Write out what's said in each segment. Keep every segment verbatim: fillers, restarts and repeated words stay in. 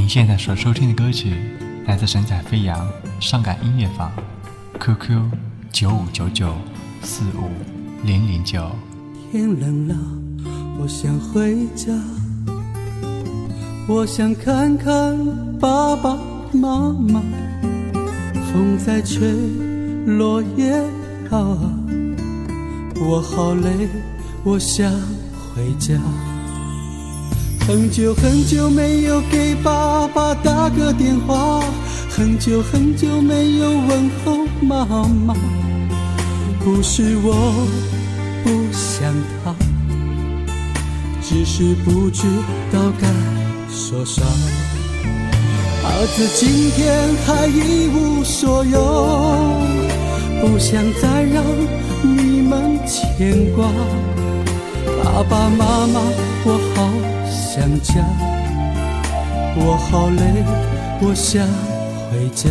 您现在所收听的歌曲来自神采飞扬上港音乐坊 Q Q 九五九九四五零零九。 天冷了，我想回家，我想看看爸爸妈妈。风在吹，落叶飘啊，我好累，我想回家。很久很久没有给爸爸打个电话，很久很久没有问候妈妈。不是我不想他，只是不知道该说啥。儿子今天还一无所有，不想再让你们牵挂。爸爸妈妈，我好想家，我好累，我想回家。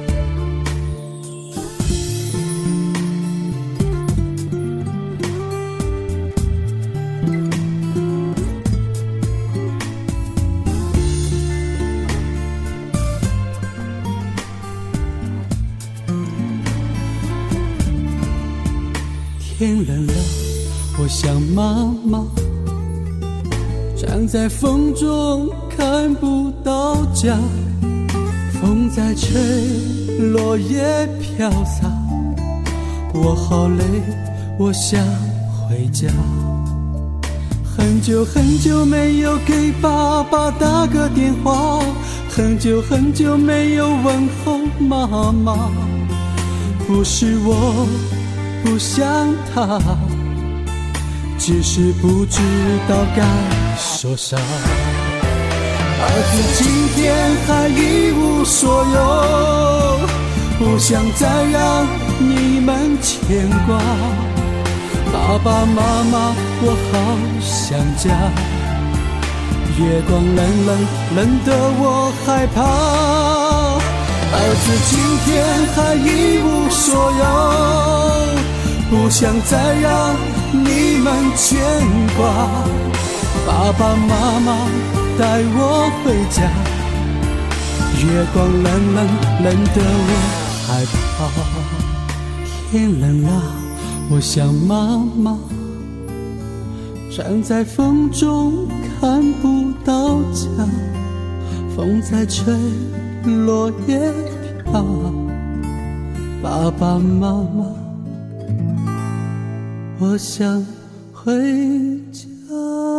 天冷了，我想妈妈，站在风中看不到家，风在吹，落叶飘洒，我好累，我想回家。很久很久没有给爸爸打个电话，很久很久没有问候妈妈。不是我不想他，只是不知道该说啥。儿子今天还一无所有，不想再让你们牵挂。爸爸妈妈，我好想家，月光冷冷，冷得我害怕。儿子今天还一无所有，不想再让你们牵挂。爸爸妈妈带我回家，月光冷冷，冷得我害怕。天冷了，我想妈妈，站在风中看不到家，风在吹，落叶飘，爸爸妈妈，我想回家。